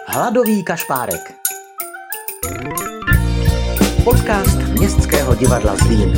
Hladový kašpárek. Podcast Městského divadla Zlín.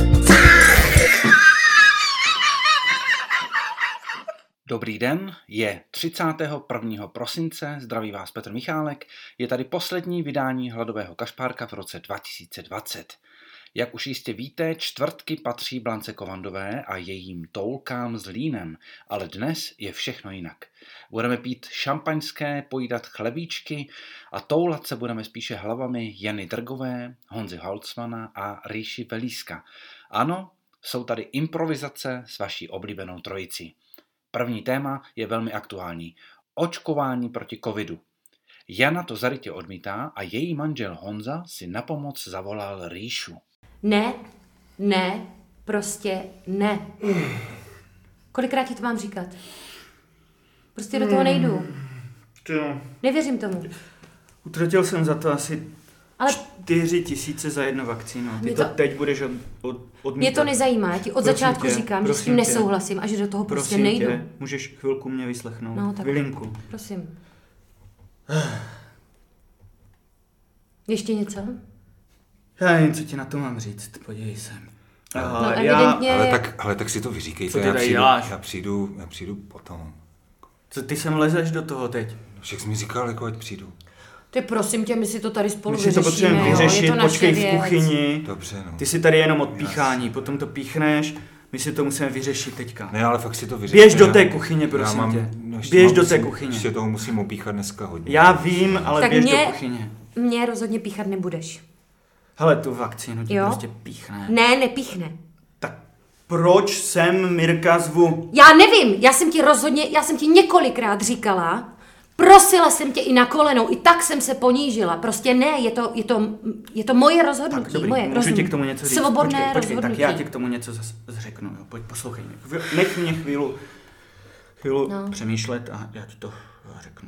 Dobrý den, je 31. prosince, zdraví vás Petr Michálek, je tady poslední vydání Hladového kašpárka v roce 2020. Jak už jistě víte, čtvrtky patří Blance Kovandové a jejím toulkám Zlínem, ale dnes je všechno jinak. Budeme pít šampaňské, pojídat chlebíčky a toulat se budeme spíše hlavami Jany Drgové, Honzy Holcmana a Ríši Velíska. Ano, jsou tady improvizace s vaší oblíbenou trojicí. První téma je velmi aktuální. Očkování proti covidu. Jana to zarytě odmítá a její manžel Honza si na pomoc zavolal Ríšu. Ne, prostě ne. Kolikrát ti to mám říkat? Prostě do toho nejdu. Nevěřím tomu. Utratil jsem za to asi 4 000 za jednu vakcínu. Ty to teď budeš odmítat. Mě to nezajímá, já ti od začátku říkám, že s tím nesouhlasím a že do toho prostě nejdu. Tě, můžeš chvilku mě vyslechnout. No, tak Chvilinku. Prosím. Ještě něco? Já nevím, co ti na to mám říct, podívej se. Evidentně... Ale tak si to vyříkejte, Co ty tady děláš? Já přijdu potom. Co ty sem lezeš do toho teď? Však jsi mi říkal, jako ať přijdu. Ty prosím tě, my si to tady spolu My si to vyřešíme, potřebujeme vyřešit, počkej v kuchyni. Dobře, no. Ty si tady jenom odpíchání, potom to píchneš, my si to musíme vyřešit teďka. Ne, ale fakt si to vyřešíme. Běž do té kuchyně, prosím tě. Běž do té kuchyně. Ještě toho musím opíchat dneska hodně. Já vím, ale tak běž do kuchyně. Mě rozhodně píchat nebudeš. Hele, tu vakcínu ti prostě píchne. Ne, nepíchne. Tak proč sem Mirka zvu? Já nevím, já jsem ti několikrát říkala, prosila jsem tě i na kolenou, i tak jsem se ponížila. Prostě ne, je to moje rozhodnutí. Tak dobrý, moje můžu ti k tomu něco říct? Svobodné Počkej, tak rozhodnutí. já ti k tomu něco řeknu, jo. Pojď, poslouchej mě. Nech mě chvíli přemýšlet a já ti to řeknu.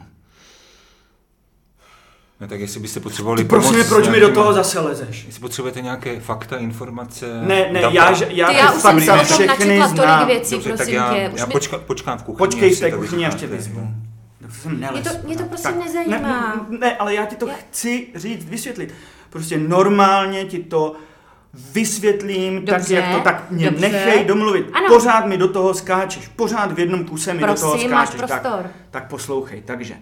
No tak jestli byste potřebovali pomoc... Prosím, proč mi do toho zase lezeš? Jestli potřebujete nějaké fakta, informace... Ne, já už jsem se o tom načetla tolik věcí, dobře, prosím tak tě. Já počkám v kuchyni. Počkej v té kuchyni, až tě vyzvu. Mě to prostě nezajímá. Ne, ale já ti to chci říct, vysvětlit. Prostě normálně ti to vysvětlím, dobře, tak jak to, tak mě nechej domluvit. Ano. Pořád mi do toho skáčeš, pořád v jednom kuse mi do toho skáčeš. Máš prostor. Tak poslouchej, takže.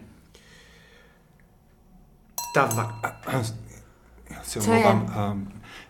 Já se omlouvám.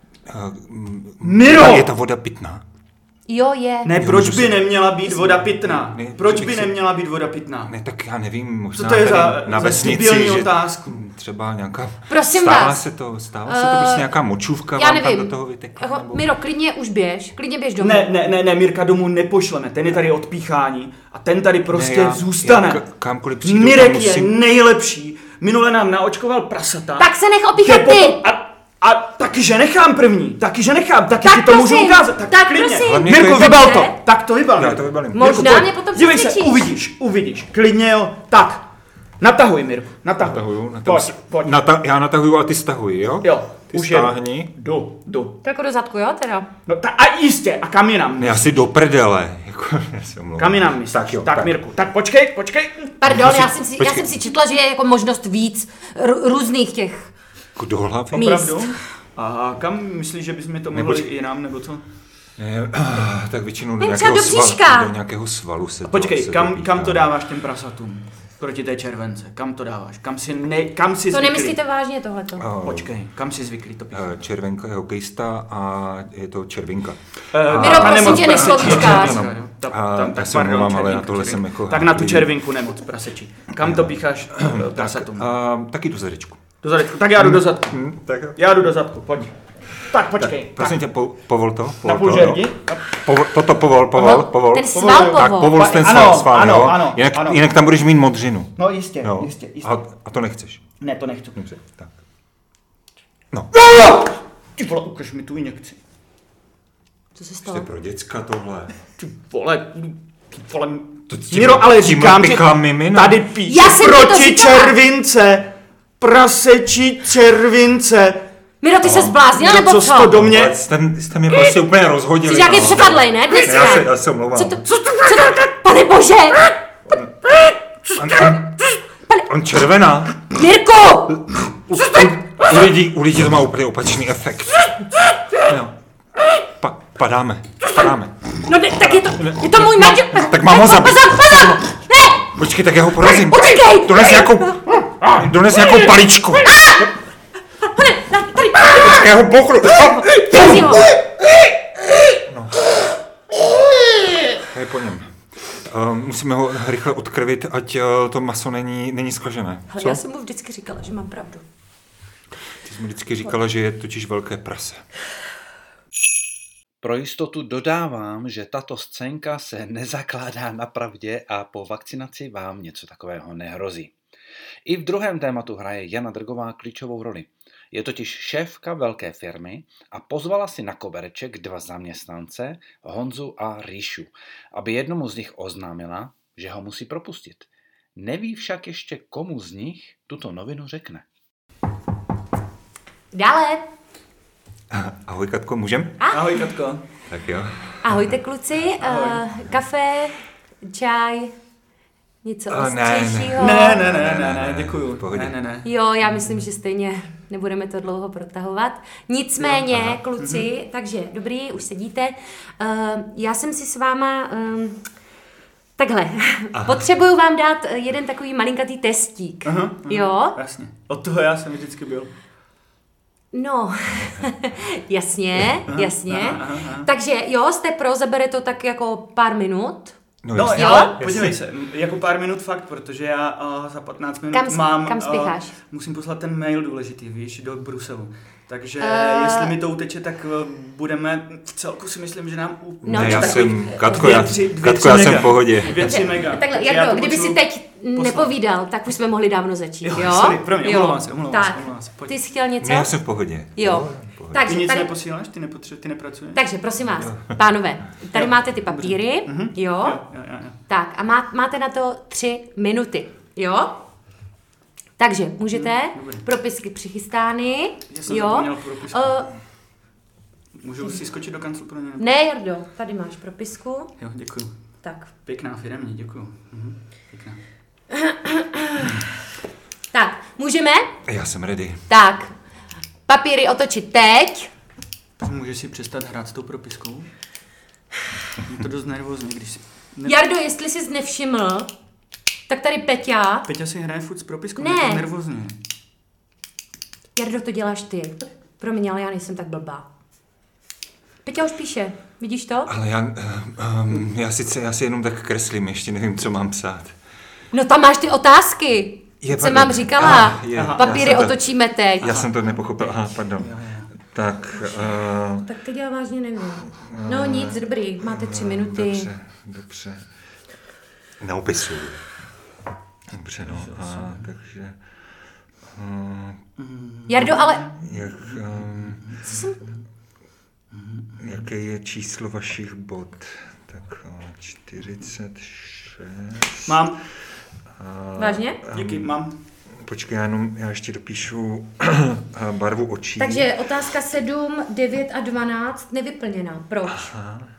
Miro! Je ta voda pitná? Jo, je. Ne, proč by neměla být voda pitná? Proč by neměla být voda pitná? Ne, tak já nevím, možná co to je na vesnici, že otázku? Třeba nějaká... Prosím stává vás. se to prostě nějaká močůvka já vám nevím. tam do toho vytekla. Nebo... Miro, klidně běž domů. Ne, Mirka domů nepošleme, ten je tady odpíchání a ten tady prostě zůstane. Já kamkoliv přijdu, Mirek je nejlepší, minule nám naočkoval prasata. Tak se nech opíchat ty! A taky, že nechám první, taky ti to můžu ukázat, tak klidně. Mirko, vybal to, tak to vybalím. Já to vybalím. Možná mě potom přesvědčíš. Dívej se, uvidíš, klidně jo, tak. Natahuj, Mirku, natahuj. Pojď. Já natahuju a ty stahuj, jo? Jo, ty už stáhni. Jdu. To jako do zadku, jo, teda? No a jistě, a kam jinam? Já si do prdele, Kam jinam myslíš? Tak Mirku, tak počkej. Pardon, já jsem si četla, že je jako možnost víc různých těch do hlavy. Opravdu? A kam myslíš, že bychom to mohli i jinam, nebo co? Ne, tak většinou do nějakého svalu se počkej, kam to dáváš těm prasatům? Proti té července, kam to dáváš? Kam si zvyklý? To nemyslíte vážně tohleto? Počkej, kam si zvyklý to píchat? Červenka je hokejista a je to červinka. Miro, prosím tě, neslovíčkář. Tak se omlouvám, ale na tohle jsem jako... Tak na tu červinku nemoc, prasečí. Kam to pícháš prasatům? Taky do zadečku. Do zadečku, tak já jdu do zadku. Já jdu do zadku, pojď. Tak, počkej. Prosím tě, povol to. Na půl žerdi? Toto povol. Ten sval povol. Tak povol ten sval, jo? Jinak tam budeš mít modřinu. No jistě. A to nechceš? Ne, to nechci. Dobře, tak. No. Ty vole, ukaž mi tu injekci. Co se stalo? To je pro děcka tohle. Ty vole. Miro, ale říkám, že tady píše proti červince. Prasečí červince. Miro, ty se zbláznil, nebo co? Co to do mě? Jste mě prostě úplně rozhodili. Jsi nějaký přepadlej, ne? Dneska. Já se omlouvám. Co to? Pane bože! On červená. Mirku! U lidí to má úplně opačný efekt. Jo. Padáme. No ne, tak je to můj manžel. Tak mám ho zabít. Pozor! Ne! Počkej, tak já ho porazím. Počkej! Dones nějakou paličku. Tady. Počkej, já ho pochlu. No. Je po něm. Musíme ho rychle odkrvit, ať to maso není skažené. Ale já jsem mu vždycky říkala, že mám pravdu. Ty jsi mi vždycky říkala, že je totiž velké prase. Pro jistotu dodávám, že tato scénka se nezakládá na pravdě a po vakcinaci vám něco takového nehrozí. I v druhém tématu hraje Jana Drgová klíčovou roli. Je totiž šéfka velké firmy a pozvala si na kobereček 2 zaměstnance, Honzu a Ríšu, aby jednomu z nich oznámila, že ho musí propustit. Neví však ještě, komu z nich tuto novinu řekne. Dále. Ahoj, Katko, můžem? Ahoj, Katko. Tak jo. Ahojte, kluci. Kafe, čaj, něco ostřejšího. Ne, děkuju. Ne. Jo, já myslím, že stejně nebudeme to dlouho protahovat. Nicméně, kluci, takže dobrý, už sedíte. Já jsem si s váma... Takhle, potřebuju vám dát jeden takový malinkatý testík. Jo? Jasně. Od toho já jsem vždycky byl. No, jasně. Takže jo, jste pro, zabere to tak jako pár minut. No ale podívej se, jako pár minut fakt, protože já za 15 minut kam spěcháš? Musím poslat ten mail důležitý, víš, do Bruselu. Takže jestli mi to uteče, tak budeme, v celku si myslím, že nám... No, já jsem, Katko, já jsem v pohodě. 2-3 mega. Takhle, Jardo, kdyby si teď nepovídal, tak už jsme mohli dávno začít, jo? Sorry, promiň, omlouvám se. Ty jsi chtěl něco? Ne, já jsem v pohodě. Jo. Takže ty nic tady... neposíláš, ty nepracuješ? Takže prosím vás, pánové, tady máte ty papíry, jo? Tak a máte na to 3 minuty, jo? Takže můžete, propisky přichystány, jo? Můžu si skočit do kanclu pro ně? Ne, Jardo, tady máš propisku. Jo, děkuju. Tak. Pěkná firemní, děkuju. Pěkná. Tak, můžeme? Já jsem ready. Tak, papíry otočit teď. Můžeš si přestat hrát s tou propiskou? Je to dost nervózní, když si... Jardo, jestli jsi nevšiml, tak tady Peťa. Peťa si hraje furt s propiskou, ne. Je to nervózní. Jardo, to děláš ty. Promiň, ale já nejsem tak blbá. Peťa už píše, vidíš to? Ale já si jenom tak kreslím, ještě nevím, co mám psát. No tam máš ty otázky. Jsem vám říkala, papíry otočíme teď. Já jsem to nepochopil, pardon. Tak teď já vážně nevím. No nic, dobrý, máte 3 minuty. Dobře. Neopisuju. Dobře, no, takže... Jardo, ale... Jaké je číslo vašich bod? Tak 46... Mám. Vážně? Díky, mám. Počkej, já ještě dopíšu barvu očí. Takže otázka 7, 9 a 12 nevyplněná. Proč?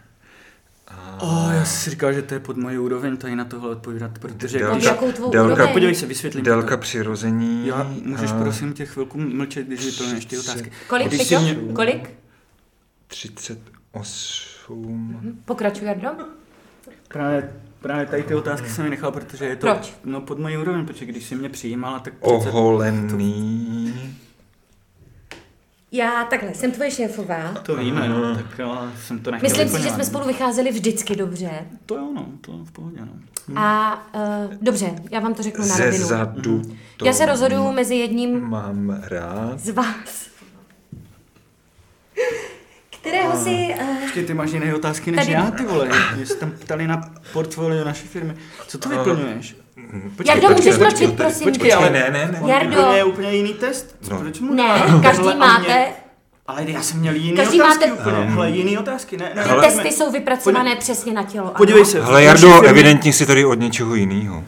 Já si říkal, že to je pod mojí úroveň, tady na tohle odpovídat, protože... Jakou tvou úroveň? Podívej se, vysvětlím. Délka přirození... Jo, můžeš prosím tě chvilku mlčet, když vyplňuješ ty otázky. Kolik, Kolik? 38... Pokračuj, Jardo. Právě tady ty otázky jsem mi nechal, protože je to... Proč? No pod mojí úroveň, protože když jsi mě přijímala, tak... Oholený... Já takhle, jsem tvoje šéfová. To víme, no, tak jsem to nechtěl Myslím si, že jsme spolu vycházeli vždycky dobře. To jo, no, to v pohodě, no. A dobře, já vám to řeknu na rovinu. Zezadu to já se rozhoduju mezi jedním mám rád. z vás. Kterého si... Počkej, ty máš jiné otázky než já, ty vole. Mě se tam ptali na portfolio naší firmy. Co to vyplňuješ? Jardo, můžeš mlčet, prosím. Počkej, ale ne. Jardo. Je úplně jiný test? Proč mu? Ne, každý máte... Ale já jsem měl jiný Každý otázky máte... úplně. Hele, jiný otázky, ne? Ty testy jsou vypracované přesně na tělo, ano? Podívej se. Hele, Jardo, evidentně si tady od něčeho jiného.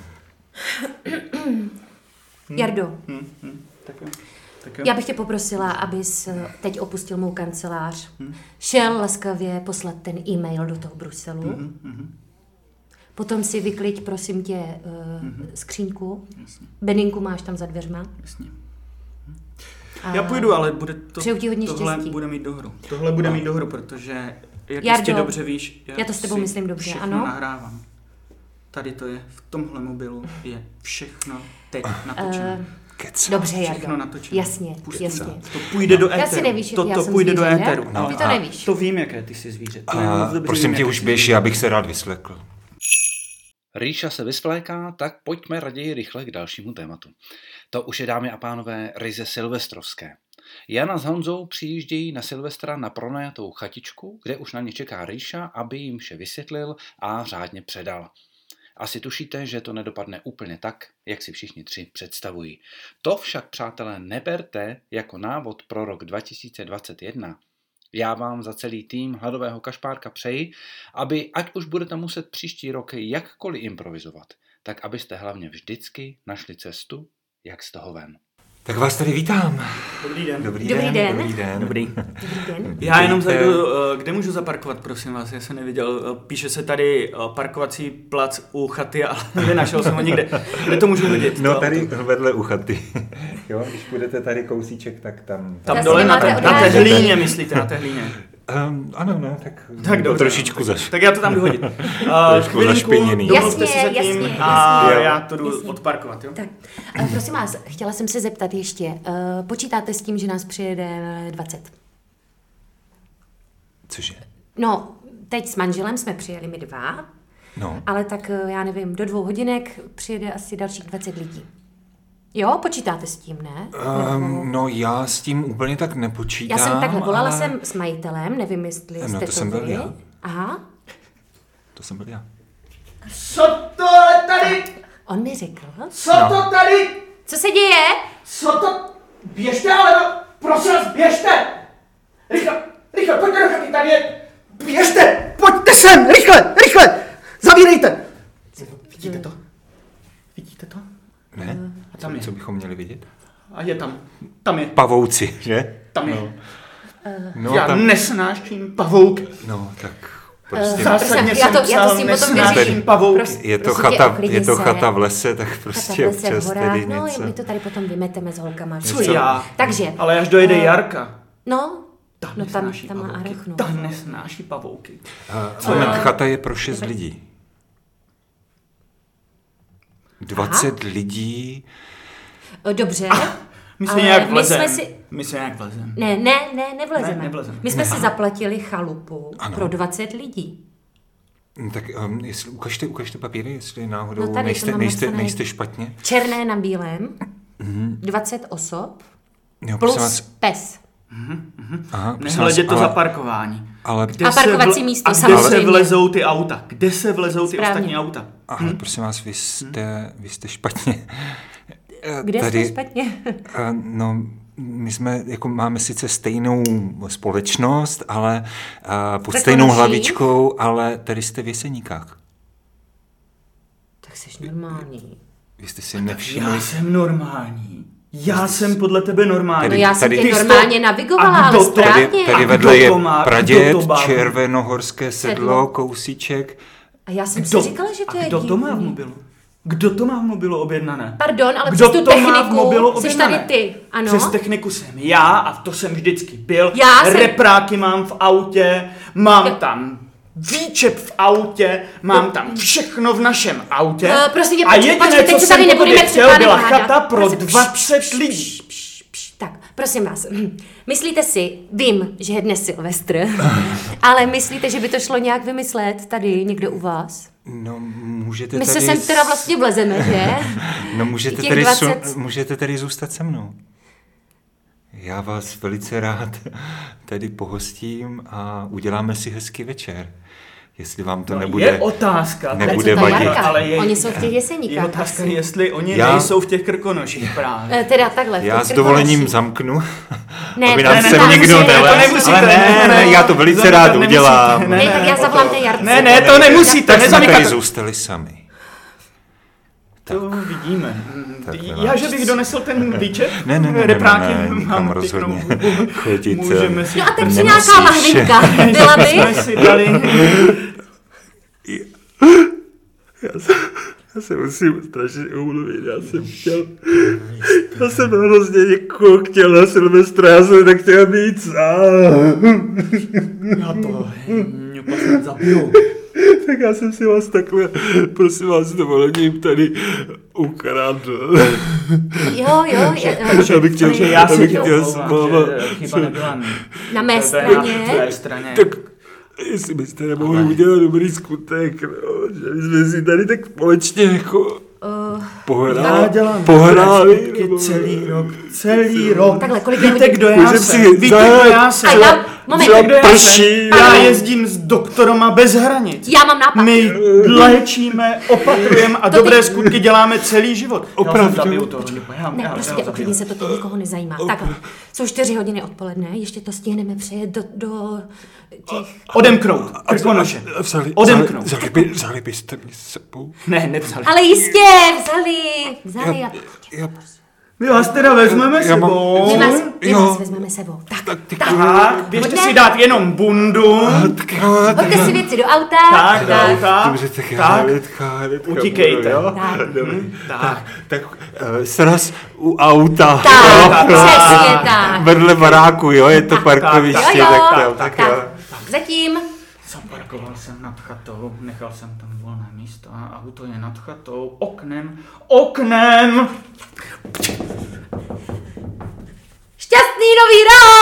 Jardo. Tak jo. Já bych tě poprosila, abys teď opustil mou kancelář. Šel laskavě poslat ten e-mail do toho Bruselu. Potom si vykliď, prosím tě, skříňku. Bedinku máš tam za dveřma. Jasně. Já půjdu, ale bude to, tohle štěstí. bude mít dohru. Tohle bude mít dohru, protože, jak Jardo, jistě dobře víš, já to s tebou myslím dobře, všechno ano. nahrávám. Tady to je, v tomhle mobilu je všechno teď natočené. Dobře, Všechno Jardo. natočené. Jasně. To půjde do éteru. Já si nevíš, já to jsem půjde do zvíře, že? éteru. Ty to nevíš. To vím, jaké ty jsi zvíře. Prosím tě, už běž, já bych se rád vyslekl. Ríša se vysvléká, tak pojďme raději rychle k dalšímu tématu. To už je, dámy a pánové, ryze silvestrovské. Jana s Honzou přijíždějí na Silvestra na pronajatou chatičku, kde už na ně čeká Ríša, aby jim vše vysvětlil a řádně předal. Asi tušíte, že to nedopadne úplně tak, jak si všichni tři představují. To však, přátelé, neberte jako návod pro rok 2021. Já vám za celý tým Hladového kašpárka přeji, aby, ať už budete muset příští rok jakkoliv improvizovat, tak abyste hlavně vždycky našli cestu, jak z toho ven. Tak vás tady vítám. Dobrý den. Dobrý den. Dobrý. Dobrý den. Já jenom zajdu, kde můžu zaparkovat, prosím vás, já jsem neviděl, píše se tady parkovací plac u chaty, ale nenašel jsem ho nikde. Kde to můžu vidět? No tady vedle u chaty. Jo, když půjdete tady kousíček, tak tam... Tam dole na té hlíně, myslíte, na té hlíně. Ano, no, tak dobře, trošičku zaš. Tak já to tam jdu hodit. Trošku zašpiněný. Domluvte se zatím Jasně, a jasně. já to jdu odparkovat, jo? Tak, prosím vás, chtěla jsem se zeptat ještě, počítáte s tím, že nás přijede 20? Cože? No, teď s manželem jsme přijeli my 2, No. ale tak já nevím, do 2 hodinek přijede asi dalších 20 lidí. Jo, počítáte s tím, ne? No já s tím úplně tak nepočítám. Já jsem takhle, volala ale... jsem s majitelem, nevím, jestli jste to jsem byl vy. já. Aha, To jsem byl já. Co to tady? on mi řekl. Co to tady? Co se děje? Co to? Běžte, ale no, prosím vás, běžte! Rychle, pojďte do chaty, tady je! Běžte, pojďte sem, rychle! Zavírejte! Vidíte to? Vidíte to? Ne? A tam je. Co bychom měli vidět? A je tam je, Pavouci, že? tam je. No, Já nesnáším pavouky. No, tak prostě... Zásadně já to jsem psal, s tím potom nesnáším vyřeším. pavouky. Prosím. Je to, Prosím tě, uklidni je to se. chata v lese, tak prostě Takhle se v občas horách, tedy no, něco. my to tady potom vymeteme s holkama. Co já? Takže. Ale až dojede Jarka. No, Ta no tam nesnáší má pavouky. arach, no. Ta nesnáší pavouky. Moment, chata je pro 6 lidí. 20 lidí. Dobře. My se ale nějak my vlezem. jsme si... My se nějak vlezem. Nevlezeme. Ne, nevlezeme. My jsme si zaplatili chalupu Ano. pro 20 lidí. Tak jestli, ukažte papíry, jestli náhodou No tady to mám napsané. nejste špatně. Černé na bílém, 20 osob, Jo, prosím plus vás, pes. aha, prosím Nehledě vás, to ale- za parkování. Ale, A parkovací místo, a kde samozřejmě. se vlezou ty auta? Kde se vlezou ty Správně. ostatní auta? ale prosím vás, vy jste špatně. Kde Tady, jste špatně? No, my jsme, jako máme sice stejnou společnost, ale pod Tak stejnou naší? hlavičkou, ale tady jste v Jeseníkách. Tak jsi normální. Vy jste si nevšimli. Já jsem normální. Já jsem podle tebe normální. No já jsem tady- tě Ty jsi to- normálně navigovala, a ale kdo to- správně. Tady A vedle kdo je to má? praděd, Kdo to má? červenohorské sedlo, Sedlo. kousíček. A já jsem si říkala, že to je kdo to má v divný. mobilu? Kdo to má v mobilu objednané? Pardon, ale Kdo přes tu to má v mobilu techniku jsi objednané? tady ty, ano? Přes techniku jsem já a to jsem vždycky byl. Já jsem- Repráky mám v autě, mám Jo. tam výčep v autě, mám tam všechno v našem autě. Prosím tě, a jediné, počkej, teď co se jsem tady po tobě nebudeme chtěl, byla předhádat. chata pro Prosím, 20 lidí. Tak, prosím vás, myslíte si, vím, že je dnes Silvestr, ale myslíte, že by to šlo nějak vymyslet tady někdo u vás? No, můžete My se tady... sem teda vlastně vlezeme, že? No, můžete těch tady, 20. můžete tady zůstat se mnou. Já vás velice rád tady pohostím a uděláme si hezký večer. Jestli vám to nebude... Je otázka. nebude Co to vadit. Jarka? Ale je- Oni jsou v těch Jeseníkách. Je otázka, asi. jestli oni Já- nejsou v těch Krkonoších právě. Teda takhle. v Já těch s dovolením Krkonoších. zamknu, Ne, aby to nám ne, sem ne, nikdo ne, to nelez. nemusíte, Ale ne, já to velice rád nemusíte, udělám. Ne, tak já zavolám té Jarce. Ne, to nemusíte, Tak jsme tady nezamykat. zůstali sami. To vidíme. Takhle Já, že bych donesl ten výčet? Ne, Repráky nikam mám rozhodně pěknou. chodit. Můžeme si... No a teď si Nemusíš. nějaká lahvinka. Byla by? Jsme si dali... Já se musím strašně omluvit, já jsem hrozně někoho chtěl na Silvestra, já jsem tak chtěl být sám. Já to mě zabiju. Tak já jsem si vás takhle, prosím vás, dovolením tady ukradl. Jo, Já bych chtěl, Já si tě chtěl omlouvám, že chyba nebyla na mé na straně. tvé straně. tak jestli byste nemohli udělat dobrý skutek, no, že bychom si tady tak společně jako pohráli. Celý rok. Takhle, kolik je Víte, hodin? kdo já Můžem jsem? si Víte, kdo já jsem? A já, moment, Třeba Kdo já prší. jsem? Já jezdím s doktorama bez hranic. já mám nápad. My léčíme, opatrujeme a dobré skutky děláme celý život. Opravdu? Já zabiju toho typa. Ne, prostě oklidni se, to teď nikoho nezajímá. Takhle, jsou 4 hodiny odpoledne, ještě to stihneme přejet do těch... Odemknout. Krkonoše. Odemknout. Vzali byste mě s sebou? Ne, nevzali. Ale jistě, vzali a... My vás teda vezmeme sebou. My vás vezmeme sebou. Tak, Tak, běžte Hodně. si dát jenom bundu. hoďte si věci do auta. Tak, do auta. Dobře, tak já Tak, hnedka utíkejte. jo? Tak. Dobrý. tak. Tak sraz u auta. Tak, jo? přesně tak. Vedle baráku, jo, je to parkoviště, Jo, tak jo. Zatím. Zaparkoval jsem nad chatou, nechal jsem tam volné místo a auto je nad chatou, oknem. Šťastný nový rok!